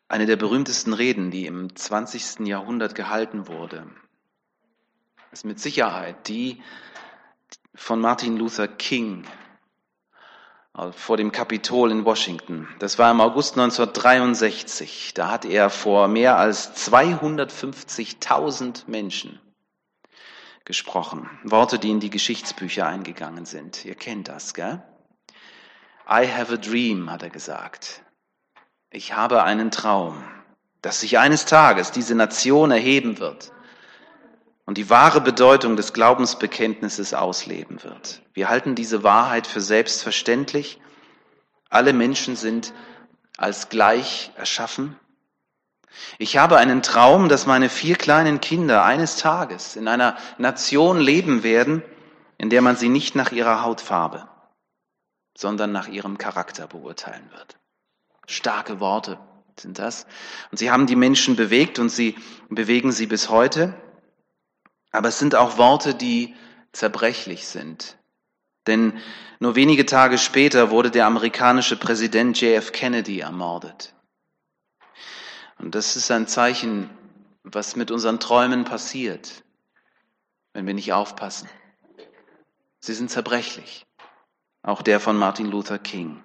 eine der berühmtesten Reden, die im 20. Jahrhundert gehalten wurde. Das ist mit Sicherheit die von Martin Luther King vor dem Kapitol in Washington. Das war im August 1963. Da hat er vor mehr als 250.000 Menschen gesprochen. Worte, die in die Geschichtsbücher eingegangen sind. Ihr kennt das, gell? I have a dream, hat er gesagt. Ich habe einen Traum, dass sich eines Tages diese Nation erheben wird und die wahre Bedeutung des Glaubensbekenntnisses ausleben wird. Wir halten diese Wahrheit für selbstverständlich. Alle Menschen sind als gleich erschaffen. Ich habe einen Traum, dass meine 4 kleinen Kinder eines Tages in einer Nation leben werden, in der man sie nicht nach ihrer Hautfarbe, sondern nach ihrem Charakter beurteilen wird. Starke Worte sind das. Und sie haben die Menschen bewegt und sie bewegen sie bis heute. Aber es sind auch Worte, die zerbrechlich sind. Denn nur wenige Tage später wurde der amerikanische Präsident JF Kennedy ermordet. Und das ist ein Zeichen, was mit unseren Träumen passiert, wenn wir nicht aufpassen. Sie sind zerbrechlich. Auch der von Martin Luther King.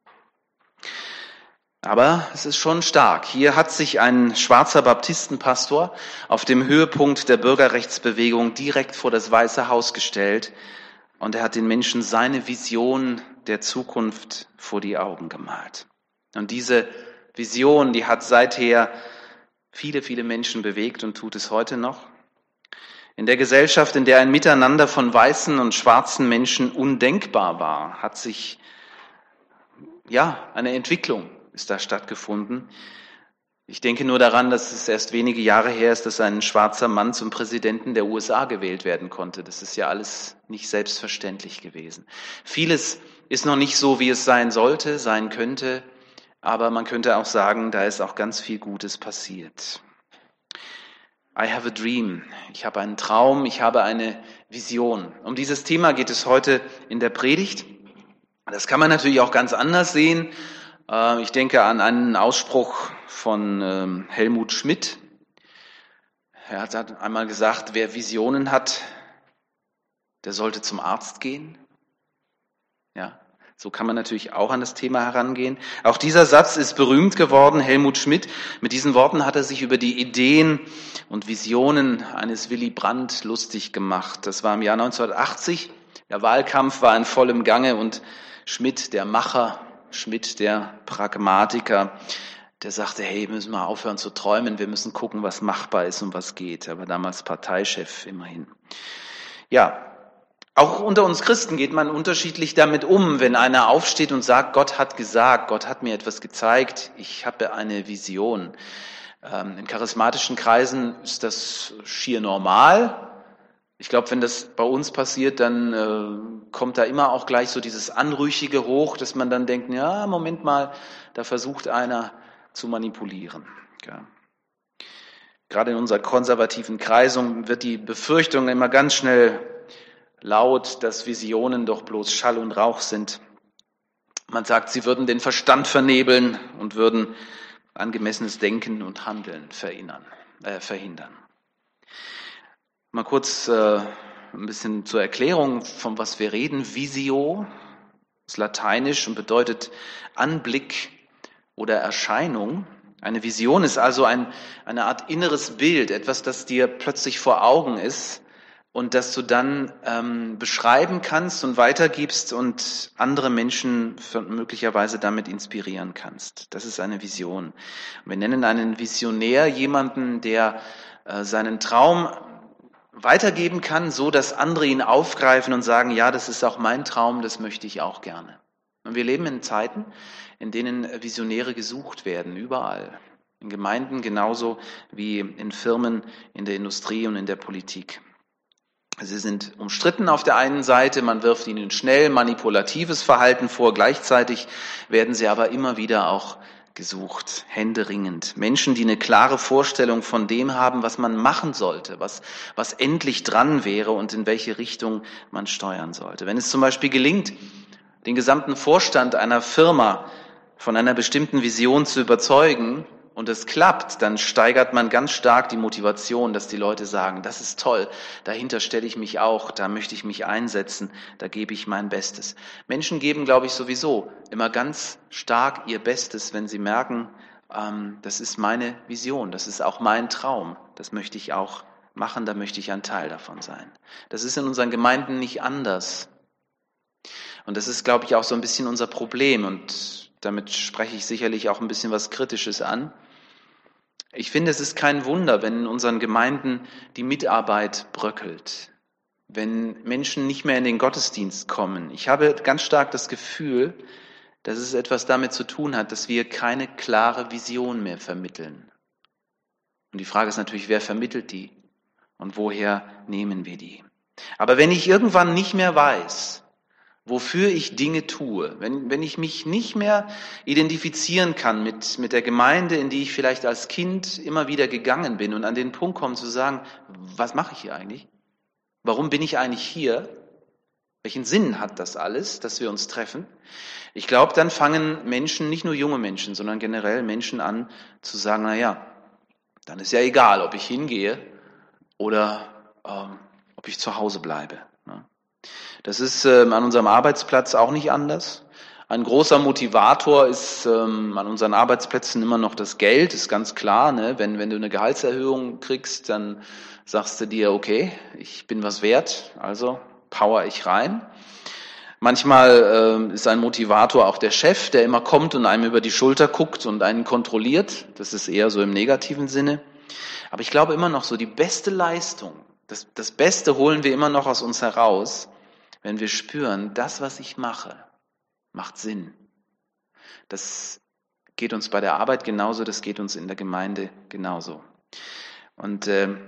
Aber es ist schon stark. Hier hat sich ein schwarzer Baptistenpastor auf dem Höhepunkt der Bürgerrechtsbewegung direkt vor das Weiße Haus gestellt und er hat den Menschen seine Vision der Zukunft vor die Augen gemalt. Und diese Vision, die hat seither viele, viele Menschen bewegt und tut es heute noch. In der Gesellschaft, in der ein Miteinander von weißen und schwarzen Menschen undenkbar war, hat sich eine Entwicklung ist da stattgefunden. Ich denke nur daran, dass es erst wenige Jahre her ist, dass ein schwarzer Mann zum Präsidenten der USA gewählt werden konnte. Das ist ja alles nicht selbstverständlich gewesen. Vieles ist noch nicht so, wie es sein sollte, sein könnte, aber man könnte auch sagen, da ist auch ganz viel Gutes passiert. I have a dream. Ich habe einen Traum, ich habe eine Vision. Um dieses Thema geht es heute in der Predigt. Das kann man natürlich auch ganz anders sehen. Ich denke an einen Ausspruch von Helmut Schmidt. Er hat einmal gesagt, wer Visionen hat, der sollte zum Arzt gehen. Ja, so kann man natürlich auch an das Thema herangehen. Auch dieser Satz ist berühmt geworden, Helmut Schmidt. Mit diesen Worten hat er sich über die Ideen und Visionen eines Willy Brandt lustig gemacht. Das war im Jahr 1980. Der Wahlkampf war in vollem Gange und Schmidt, der Macher, Schmidt, der Pragmatiker, der sagte, hey, müssen wir aufhören zu träumen, wir müssen gucken, was machbar ist und was geht. Er war damals Parteichef immerhin. Ja, auch unter uns Christen geht man unterschiedlich damit um, wenn einer aufsteht und sagt, Gott hat gesagt, Gott hat mir etwas gezeigt, ich habe eine Vision. In charismatischen Kreisen ist das schier normal. Ich glaube, wenn das bei uns passiert, dann kommt da immer auch gleich so dieses Anrüchige hoch, dass man dann denkt, ja, Moment mal, da versucht einer zu manipulieren. Ja. Gerade in unserer konservativen Kreisung wird die Befürchtung immer ganz schnell laut, dass Visionen doch bloß Schall und Rauch sind. Man sagt, sie würden den Verstand vernebeln und würden angemessenes Denken und Handeln verhindern. Mal kurz ein bisschen zur Erklärung, von was wir reden. Visio ist lateinisch und bedeutet Anblick oder Erscheinung. Eine Vision ist also eine Art inneres Bild, etwas, das dir plötzlich vor Augen ist und das du dann beschreiben kannst und weitergibst und andere Menschen möglicherweise damit inspirieren kannst. Das ist eine Vision. Wir nennen einen Visionär jemanden, der seinen Traum weitergeben kann, so dass andere ihn aufgreifen und sagen, ja, das ist auch mein Traum, das möchte ich auch gerne. Und wir leben in Zeiten, in denen Visionäre gesucht werden, überall. In Gemeinden genauso wie in Firmen, in der Industrie und in der Politik. Sie sind umstritten auf der einen Seite, man wirft ihnen schnell manipulatives Verhalten vor, gleichzeitig werden sie aber immer wieder auch gesucht, händeringend. Menschen, die eine klare Vorstellung von dem haben, was man machen sollte, was endlich dran wäre und in welche Richtung man steuern sollte. Wenn es zum Beispiel gelingt, den gesamten Vorstand einer Firma von einer bestimmten Vision zu überzeugen, und es klappt, dann steigert man ganz stark die Motivation, dass die Leute sagen, das ist toll, dahinter stelle ich mich auch, da möchte ich mich einsetzen, da gebe ich mein Bestes. Menschen geben, glaube ich, sowieso immer ganz stark ihr Bestes, wenn sie merken, das ist meine Vision, das ist auch mein Traum, das möchte ich auch machen, da möchte ich ein Teil davon sein. Das ist in unseren Gemeinden nicht anders. Und das ist, glaube ich, auch so ein bisschen unser Problem und damit spreche ich sicherlich auch ein bisschen was Kritisches an. Ich finde, es ist kein Wunder, wenn in unseren Gemeinden die Mitarbeit bröckelt, wenn Menschen nicht mehr in den Gottesdienst kommen. Ich habe ganz stark das Gefühl, dass es etwas damit zu tun hat, dass wir keine klare Vision mehr vermitteln. Und die Frage ist natürlich, wer vermittelt die und woher nehmen wir die? Aber wenn ich irgendwann nicht mehr weiß, wofür ich Dinge tue, wenn ich mich nicht mehr identifizieren kann mit der Gemeinde, in die ich vielleicht als Kind immer wieder gegangen bin und an den Punkt komme zu sagen, was mache ich hier eigentlich? Warum bin ich eigentlich hier? Welchen Sinn hat das alles, dass wir uns treffen? Ich glaube, dann fangen Menschen, nicht nur junge Menschen, sondern generell Menschen an zu sagen, dann ist ja egal, ob ich hingehe oder ob ich zu Hause bleibe. Das ist an unserem Arbeitsplatz auch nicht anders. Ein großer Motivator ist an unseren Arbeitsplätzen immer noch das Geld, ist ganz klar. Ne? Wenn du eine Gehaltserhöhung kriegst, dann sagst du dir, okay, ich bin was wert, also power ich rein. Manchmal ist ein Motivator auch der Chef, der immer kommt und einem über die Schulter guckt und einen kontrolliert. Das ist eher so im negativen Sinne. Aber ich glaube immer noch so, die beste Leistung, das Beste holen wir immer noch aus uns heraus, wenn wir spüren, das, was ich mache, macht Sinn. Das geht uns bei der Arbeit genauso, das geht uns in der Gemeinde genauso. Und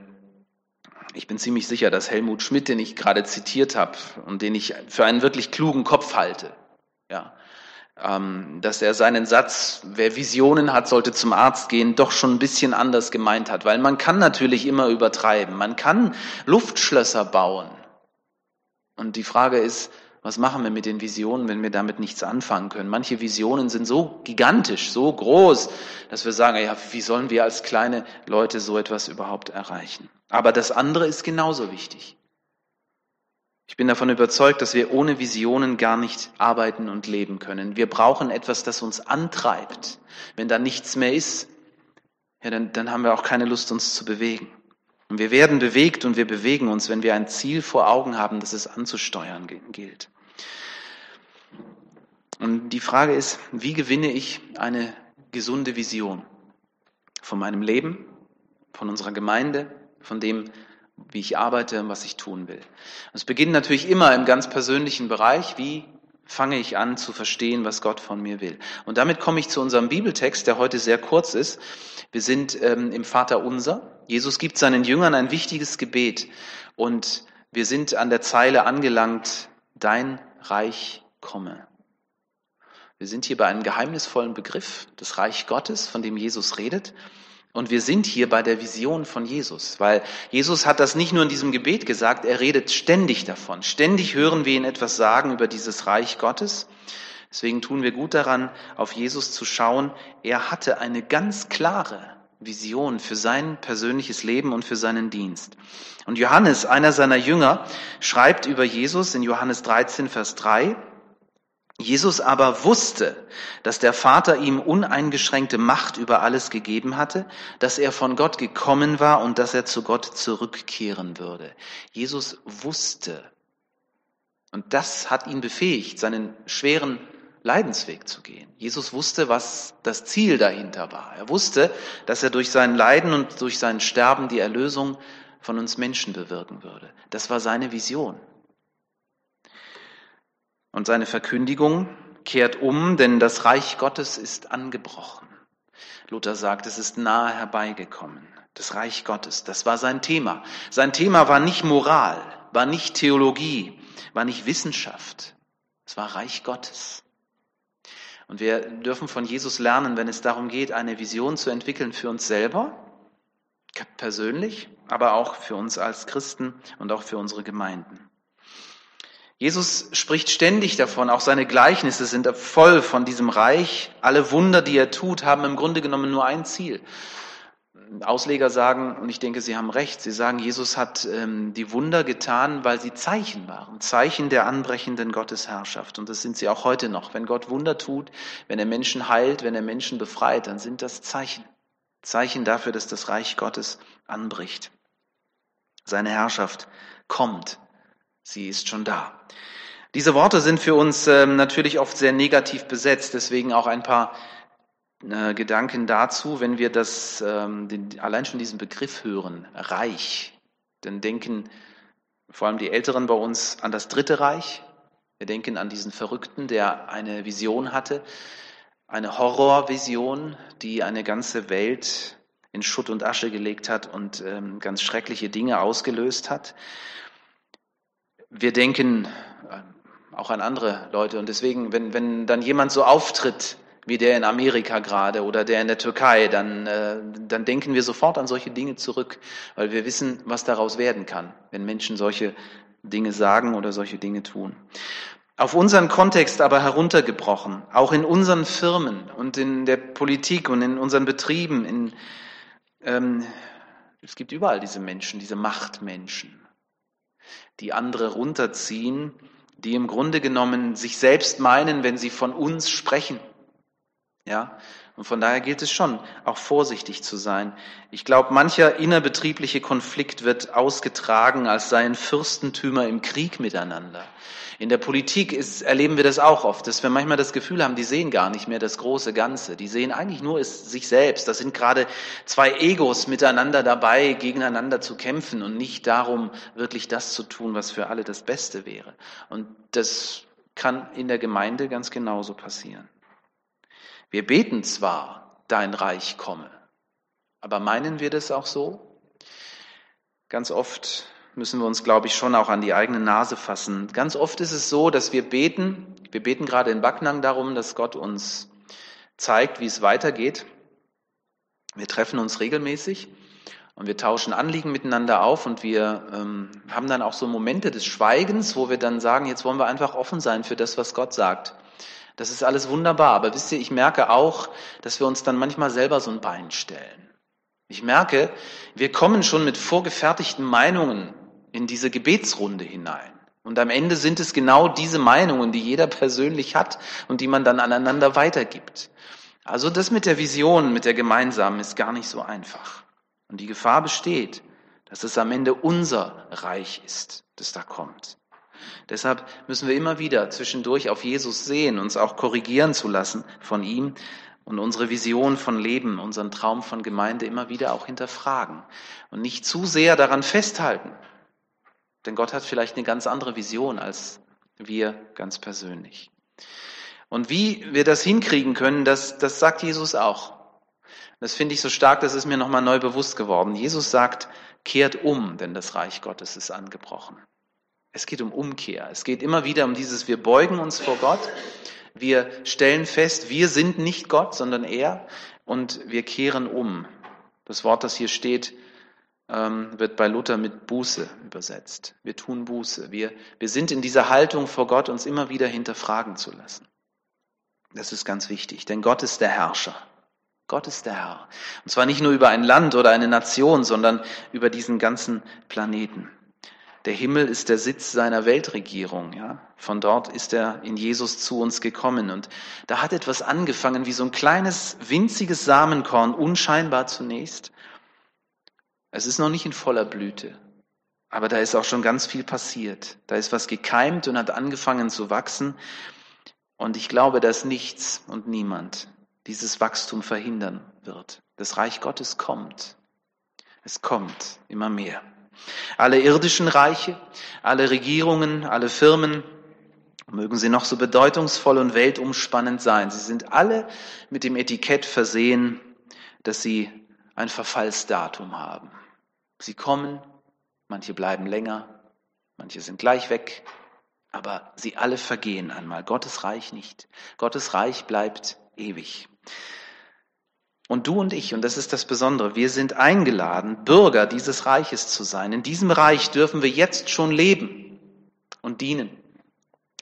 ich bin ziemlich sicher, dass Helmut Schmidt, den ich gerade zitiert habe und den ich für einen wirklich klugen Kopf halte, dass er seinen Satz, wer Visionen hat, sollte zum Arzt gehen, doch schon ein bisschen anders gemeint hat. Weil man kann natürlich immer übertreiben, man kann Luftschlösser bauen. Und die Frage ist, was machen wir mit den Visionen, wenn wir damit nichts anfangen können? Manche Visionen sind so gigantisch, so groß, dass wir sagen, wie sollen wir als kleine Leute so etwas überhaupt erreichen? Aber das andere ist genauso wichtig. Ich bin davon überzeugt, dass wir ohne Visionen gar nicht arbeiten und leben können. Wir brauchen etwas, das uns antreibt. Wenn da nichts mehr ist, dann haben wir auch keine Lust, uns zu bewegen. Und wir werden bewegt und wir bewegen uns, wenn wir ein Ziel vor Augen haben, das es anzusteuern gilt. Und die Frage ist, wie gewinne ich eine gesunde Vision von meinem Leben, von unserer Gemeinde, von dem, wie ich arbeite und was ich tun will. Es beginnt natürlich immer im ganz persönlichen Bereich, wie fange ich an zu verstehen, was Gott von mir will. Und damit komme ich zu unserem Bibeltext, der heute sehr kurz ist. Wir sind im Vaterunser. Jesus gibt seinen Jüngern ein wichtiges Gebet und wir sind an der Zeile angelangt, dein Reich komme. Wir sind hier bei einem geheimnisvollen Begriff, das Reich Gottes, von dem Jesus redet. Und wir sind hier bei der Vision von Jesus, weil Jesus hat das nicht nur in diesem Gebet gesagt, er redet ständig davon. Ständig hören wir ihn etwas sagen über dieses Reich Gottes. Deswegen tun wir gut daran, auf Jesus zu schauen. Er hatte eine ganz klare Vision für sein persönliches Leben und für seinen Dienst. Und Johannes, einer seiner Jünger, schreibt über Jesus in Johannes 13, Vers 3, Jesus aber wusste, dass der Vater ihm uneingeschränkte Macht über alles gegeben hatte, dass er von Gott gekommen war und dass er zu Gott zurückkehren würde. Jesus wusste. Und das hat ihn befähigt, seinen schweren Leidensweg zu gehen. Jesus wusste, was das Ziel dahinter war. Er wusste, dass er durch sein Leiden und durch sein Sterben die Erlösung von uns Menschen bewirken würde. Das war seine Vision. Und seine Verkündigung kehrt um, denn das Reich Gottes ist angebrochen. Luther sagt, es ist nahe herbeigekommen. Das Reich Gottes, das war sein Thema. Sein Thema war nicht Moral, war nicht Theologie, war nicht Wissenschaft. Es war Reich Gottes. Und wir dürfen von Jesus lernen, wenn es darum geht, eine Vision zu entwickeln für uns selber, persönlich, aber auch für uns als Christen und auch für unsere Gemeinden. Jesus spricht ständig davon, auch seine Gleichnisse sind voll von diesem Reich. Alle Wunder, die er tut, haben im Grunde genommen nur ein Ziel. Ausleger sagen, und ich denke, sie haben recht, sie sagen, Jesus hat die Wunder getan, weil sie Zeichen waren, Zeichen der anbrechenden Gottesherrschaft. Und das sind sie auch heute noch. Wenn Gott Wunder tut, wenn er Menschen heilt, wenn er Menschen befreit, dann sind das Zeichen. Zeichen dafür, dass das Reich Gottes anbricht. Seine Herrschaft kommt. Sie ist schon da. Diese Worte sind für uns natürlich oft sehr negativ besetzt, deswegen auch ein paar Gedanken dazu, wenn wir allein schon diesen Begriff hören, Reich, dann denken vor allem die Älteren bei uns an das Dritte Reich. Wir denken an diesen Verrückten, der eine Vision hatte, eine Horrorvision, die eine ganze Welt in Schutt und Asche gelegt hat und ganz schreckliche Dinge ausgelöst hat. Wir denken auch an andere Leute und deswegen, wenn dann jemand so auftritt, wie der in Amerika gerade oder der in der Türkei, dann denken wir sofort an solche Dinge zurück, weil wir wissen, was daraus werden kann, wenn Menschen solche Dinge sagen oder solche Dinge tun. Auf unseren Kontext aber heruntergebrochen, auch in unseren Firmen und in der Politik und in unseren Betrieben, es gibt überall diese Menschen, diese Machtmenschen, die andere runterziehen, die im Grunde genommen sich selbst meinen, wenn sie von uns sprechen. Ja, und von daher gilt es schon, auch vorsichtig zu sein. Ich glaube, mancher innerbetriebliche Konflikt wird ausgetragen, als seien Fürstentümer im Krieg miteinander. In der Politik erleben wir das auch oft, dass wir manchmal das Gefühl haben, die sehen gar nicht mehr das große Ganze. Die sehen eigentlich nur sich selbst. Das sind gerade zwei Egos miteinander dabei, gegeneinander zu kämpfen und nicht darum, wirklich das zu tun, was für alle das Beste wäre. Und das kann in der Gemeinde ganz genauso passieren. Wir beten zwar, dein Reich komme, aber meinen wir das auch so? Ganz oft müssen wir uns, glaube ich, schon auch an die eigene Nase fassen. Ganz oft ist es so, dass wir beten gerade in Backnang darum, dass Gott uns zeigt, wie es weitergeht. Wir treffen uns regelmäßig und wir tauschen Anliegen miteinander auf und wir haben dann auch so Momente des Schweigens, wo wir dann sagen, jetzt wollen wir einfach offen sein für das, was Gott sagt. Das ist alles wunderbar, aber wisst ihr, ich merke auch, dass wir uns dann manchmal selber so ein Bein stellen. Ich merke, wir kommen schon mit vorgefertigten Meinungen in diese Gebetsrunde hinein. Und am Ende sind es genau diese Meinungen, die jeder persönlich hat und die man dann aneinander weitergibt. Also das mit der Vision, mit der gemeinsamen, ist gar nicht so einfach. Und die Gefahr besteht, dass es am Ende unser Reich ist, das da kommt. Deshalb müssen wir immer wieder zwischendurch auf Jesus sehen, uns auch korrigieren zu lassen von ihm und unsere Vision von Leben, unseren Traum von Gemeinde immer wieder auch hinterfragen und nicht zu sehr daran festhalten. Denn Gott hat vielleicht eine ganz andere Vision als wir ganz persönlich. Und wie wir das hinkriegen können, das sagt Jesus auch. Das finde ich so stark, das ist mir nochmal neu bewusst geworden. Jesus sagt, kehrt um, denn das Reich Gottes ist angebrochen. Es geht um Umkehr. Es geht immer wieder um dieses, wir beugen uns vor Gott, wir stellen fest, wir sind nicht Gott, sondern er und wir kehren um. Das Wort, das hier steht, wird bei Luther mit Buße übersetzt. Wir tun Buße. Wir sind in dieser Haltung vor Gott, uns immer wieder hinterfragen zu lassen. Das ist ganz wichtig, denn Gott ist der Herrscher. Gott ist der Herr. Und zwar nicht nur über ein Land oder eine Nation, sondern über diesen ganzen Planeten. Der Himmel ist der Sitz seiner Weltregierung. Ja? Von dort ist er in Jesus zu uns gekommen. Und da hat etwas angefangen wie so ein kleines, winziges Samenkorn, unscheinbar zunächst. Es ist noch nicht in voller Blüte, aber da ist auch schon ganz viel passiert. Da ist was gekeimt und hat angefangen zu wachsen. Und ich glaube, dass nichts und niemand dieses Wachstum verhindern wird. Das Reich Gottes kommt. Es kommt immer mehr. Alle irdischen Reiche, alle Regierungen, alle Firmen, mögen sie noch so bedeutungsvoll und weltumspannend sein. Sie sind alle mit dem Etikett versehen, dass sie ein Verfallsdatum haben. Sie kommen, manche bleiben länger, manche sind gleich weg, aber sie alle vergehen einmal. Gottes Reich nicht. Gottes Reich bleibt ewig. Und du und ich, und das ist das Besondere, wir sind eingeladen, Bürger dieses Reiches zu sein. In diesem Reich dürfen wir jetzt schon leben und dienen.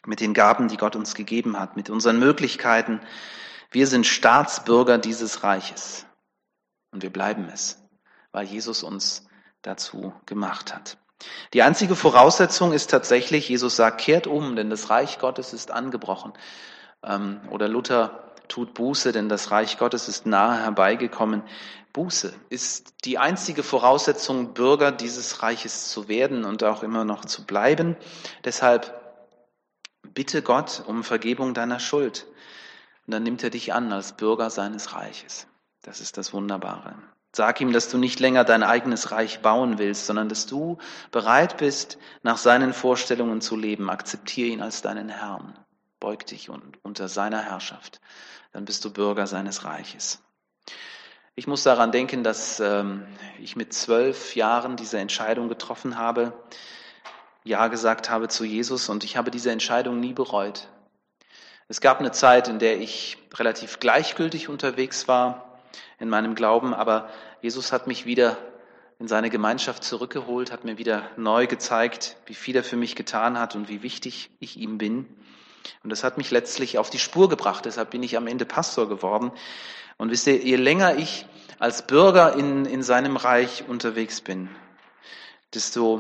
mit den Gaben, die Gott uns gegeben hat, mit unseren Möglichkeiten. Wir sind Staatsbürger dieses Reiches und wir bleiben es, weil Jesus uns dazu gemacht hat. Die einzige Voraussetzung ist tatsächlich, Jesus sagt, kehrt um, denn das Reich Gottes ist angebrochen. Oder Luther, tut Buße, denn das Reich Gottes ist nahe herbeigekommen. Buße ist die einzige Voraussetzung, Bürger dieses Reiches zu werden und auch immer noch zu bleiben. Deshalb bitte Gott um Vergebung deiner Schuld. Und dann nimmt er dich an als Bürger seines Reiches. Das ist das Wunderbare. Sag ihm, dass du nicht länger dein eigenes Reich bauen willst, sondern dass du bereit bist, nach seinen Vorstellungen zu leben. Akzeptiere ihn als deinen Herrn. Beug dich unter seiner Herrschaft. Dann bist du Bürger seines Reiches. Ich muss daran denken, dass ich mit 12 Jahren diese Entscheidung getroffen habe, Ja gesagt habe zu Jesus und ich habe diese Entscheidung nie bereut. Es gab eine Zeit, in der ich relativ gleichgültig unterwegs war in meinem Glauben, aber Jesus hat mich wieder in seine Gemeinschaft zurückgeholt, hat mir wieder neu gezeigt, wie viel er für mich getan hat und wie wichtig ich ihm bin. Und das hat mich letztlich auf die Spur gebracht, deshalb bin ich am Ende Pastor geworden. Und wisst ihr, je länger ich als Bürger in seinem Reich unterwegs bin, desto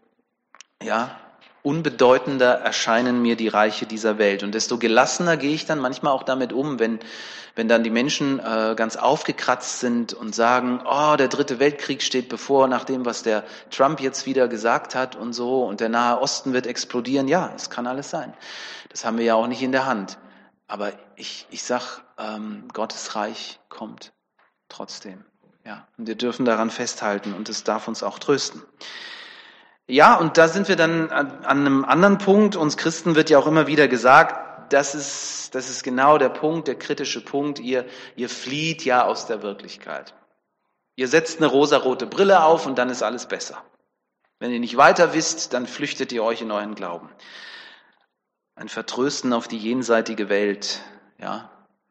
unbedeutender erscheinen mir die Reiche dieser Welt. Und desto gelassener gehe ich dann manchmal auch damit um, wenn dann die Menschen ganz aufgekratzt sind und sagen, oh, der 3. Weltkrieg steht bevor, nach dem, was der Trump jetzt wieder gesagt hat und so, und der Nahe Osten wird explodieren. Ja, es kann alles sein. Das haben wir ja auch nicht in der Hand. Aber ich sag, Gottes Reich kommt trotzdem. Ja, und wir dürfen daran festhalten und es darf uns auch trösten. Ja, und da sind wir dann an einem anderen Punkt. Uns Christen wird ja auch immer wieder gesagt, das ist genau der Punkt, der kritische Punkt. Ihr flieht ja aus der Wirklichkeit. Ihr setzt eine rosarote Brille auf und dann ist alles besser. Wenn ihr nicht weiter wisst, dann flüchtet ihr euch in euren Glauben. Ein Vertrösten auf die jenseitige Welt, ja.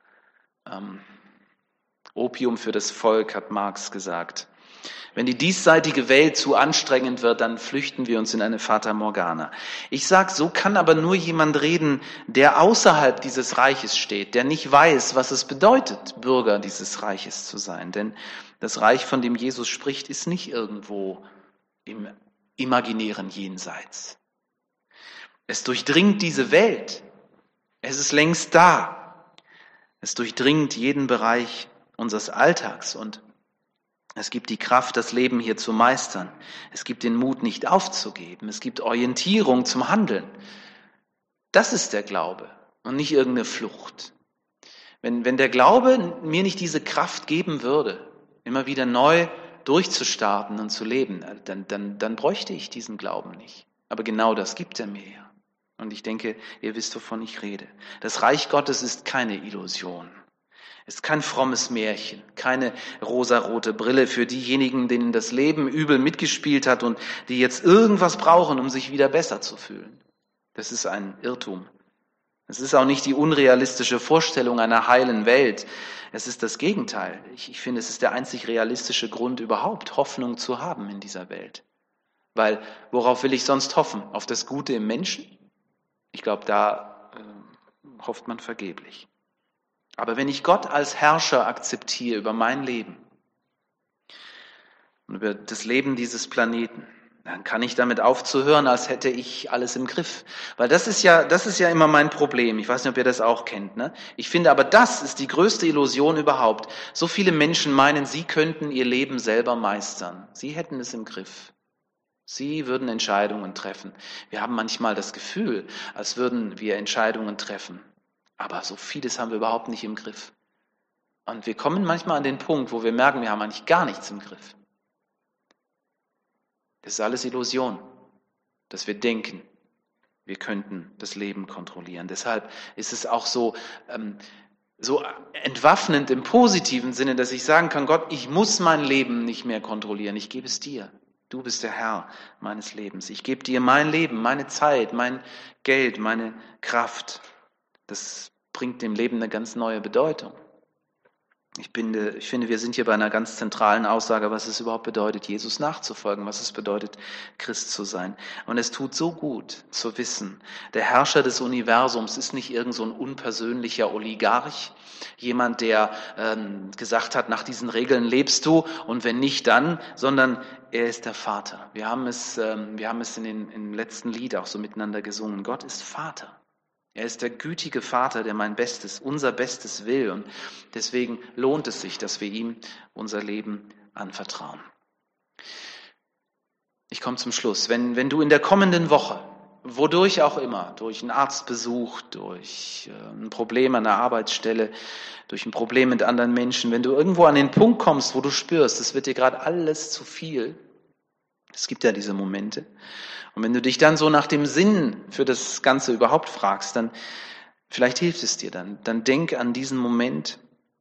Opium für das Volk, hat Marx gesagt. Wenn die diesseitige Welt zu anstrengend wird, dann flüchten wir uns in eine Fata Morgana. Ich sag, so kann aber nur jemand reden, der außerhalb dieses Reiches steht, der nicht weiß, was es bedeutet, Bürger dieses Reiches zu sein. Denn das Reich, von dem Jesus spricht, ist nicht irgendwo im imaginären Jenseits. Es durchdringt diese Welt. Es ist längst da. Es durchdringt jeden Bereich unseres Alltags und es gibt die Kraft, das Leben hier zu meistern. Es gibt den Mut, nicht aufzugeben. Es gibt Orientierung zum Handeln. Das ist der Glaube und nicht irgendeine Flucht. Wenn der Glaube mir nicht diese Kraft geben würde, immer wieder neu durchzustarten und zu leben, dann bräuchte ich diesen Glauben nicht. Aber genau das gibt er mir ja. Und ich denke, ihr wisst, wovon ich rede. Das Reich Gottes ist keine Illusion. Es ist kein frommes Märchen, keine rosarote Brille für diejenigen, denen das Leben übel mitgespielt hat und die jetzt irgendwas brauchen, um sich wieder besser zu fühlen. Das ist ein Irrtum. Es ist auch nicht die unrealistische Vorstellung einer heilen Welt. Es ist das Gegenteil. Ich finde, es ist der einzig realistische Grund überhaupt, Hoffnung zu haben in dieser Welt. Weil, worauf will ich sonst hoffen? Auf das Gute im Menschen? Ich glaube, da hofft man vergeblich. Aber wenn ich Gott als Herrscher akzeptiere über mein Leben und über das Leben dieses Planeten, dann kann ich damit aufzuhören, als hätte ich alles im Griff. Weil das ist ja immer mein Problem. Ich weiß nicht, ob ihr das auch kennt, ne? Ich finde aber, das ist die größte Illusion überhaupt. So viele Menschen meinen, sie könnten ihr Leben selber meistern. Sie hätten es im Griff. Sie würden Entscheidungen treffen. Wir haben manchmal das Gefühl, als würden wir Entscheidungen treffen. Aber so vieles haben wir überhaupt nicht im Griff. Und wir kommen manchmal an den Punkt, wo wir merken, wir haben eigentlich gar nichts im Griff. Das ist alles Illusion, dass wir denken, wir könnten das Leben kontrollieren. Deshalb ist es auch so entwaffnend im positiven Sinne, dass ich sagen kann, Gott, ich muss mein Leben nicht mehr kontrollieren. Ich gebe es dir. Du bist der Herr meines Lebens. Ich gebe dir mein Leben, meine Zeit, mein Geld, meine Kraft. Das bringt dem Leben eine ganz neue Bedeutung. Ich finde, wir sind hier bei einer ganz zentralen Aussage, was es überhaupt bedeutet, Jesus nachzufolgen, was es bedeutet, Christ zu sein. Und es tut so gut zu wissen, der Herrscher des Universums ist nicht irgend so ein unpersönlicher Oligarch, jemand, der gesagt hat, nach diesen Regeln lebst du und wenn nicht, dann, sondern er ist der Vater. Wir haben es im letzten Lied auch so miteinander gesungen. Gott ist Vater. Er ist der gütige Vater, der mein Bestes, unser Bestes will. Und deswegen lohnt es sich, dass wir ihm unser Leben anvertrauen. Ich komme zum Schluss. Wenn du in der kommenden Woche, wodurch auch immer, durch einen Arztbesuch, durch ein Problem an der Arbeitsstelle, durch ein Problem mit anderen Menschen, wenn du irgendwo an den Punkt kommst, wo du spürst, es wird dir gerade alles zu viel, es gibt ja diese Momente. Und wenn du dich dann so nach dem Sinn für das Ganze überhaupt fragst, dann vielleicht hilft es dir dann. Dann denk an diesen Moment,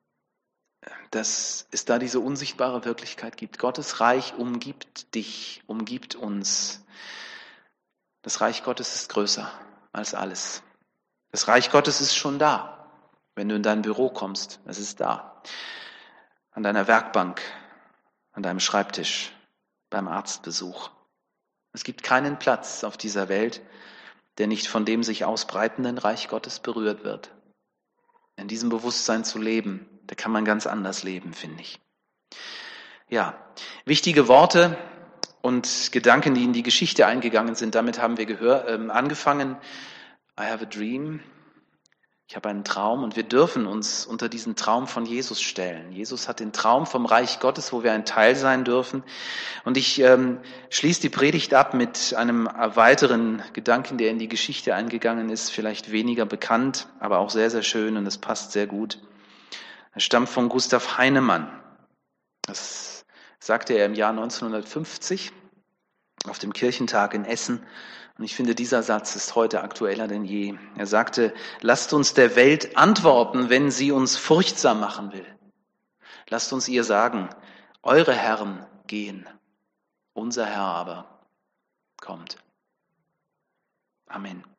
dass es da diese unsichtbare Wirklichkeit gibt. Gottes Reich umgibt dich, umgibt uns. Das Reich Gottes ist größer als alles. Das Reich Gottes ist schon da. Wenn du in dein Büro kommst, es ist da. An deiner Werkbank, an deinem Schreibtisch, beim Arztbesuch. Es gibt keinen Platz auf dieser Welt, der nicht von dem sich ausbreitenden Reich Gottes berührt wird. In diesem Bewusstsein zu leben, da kann man ganz anders leben, finde ich. Ja, wichtige Worte und Gedanken, die in die Geschichte eingegangen sind, damit haben wir angefangen. I have a dream. Ich habe einen Traum und wir dürfen uns unter diesen Traum von Jesus stellen. Jesus hat den Traum vom Reich Gottes, wo wir ein Teil sein dürfen. Und ich schließe die Predigt ab mit einem weiteren Gedanken, der in die Geschichte eingegangen ist, vielleicht weniger bekannt, aber auch sehr, sehr schön und es passt sehr gut. Er stammt von Gustav Heinemann. Das sagte er im Jahr 1950 auf dem Kirchentag in Essen. Und ich finde, dieser Satz ist heute aktueller denn je. Er sagte, lasst uns der Welt antworten, wenn sie uns furchtsam machen will. Lasst uns ihr sagen, eure Herren gehen, unser Herr aber kommt. Amen.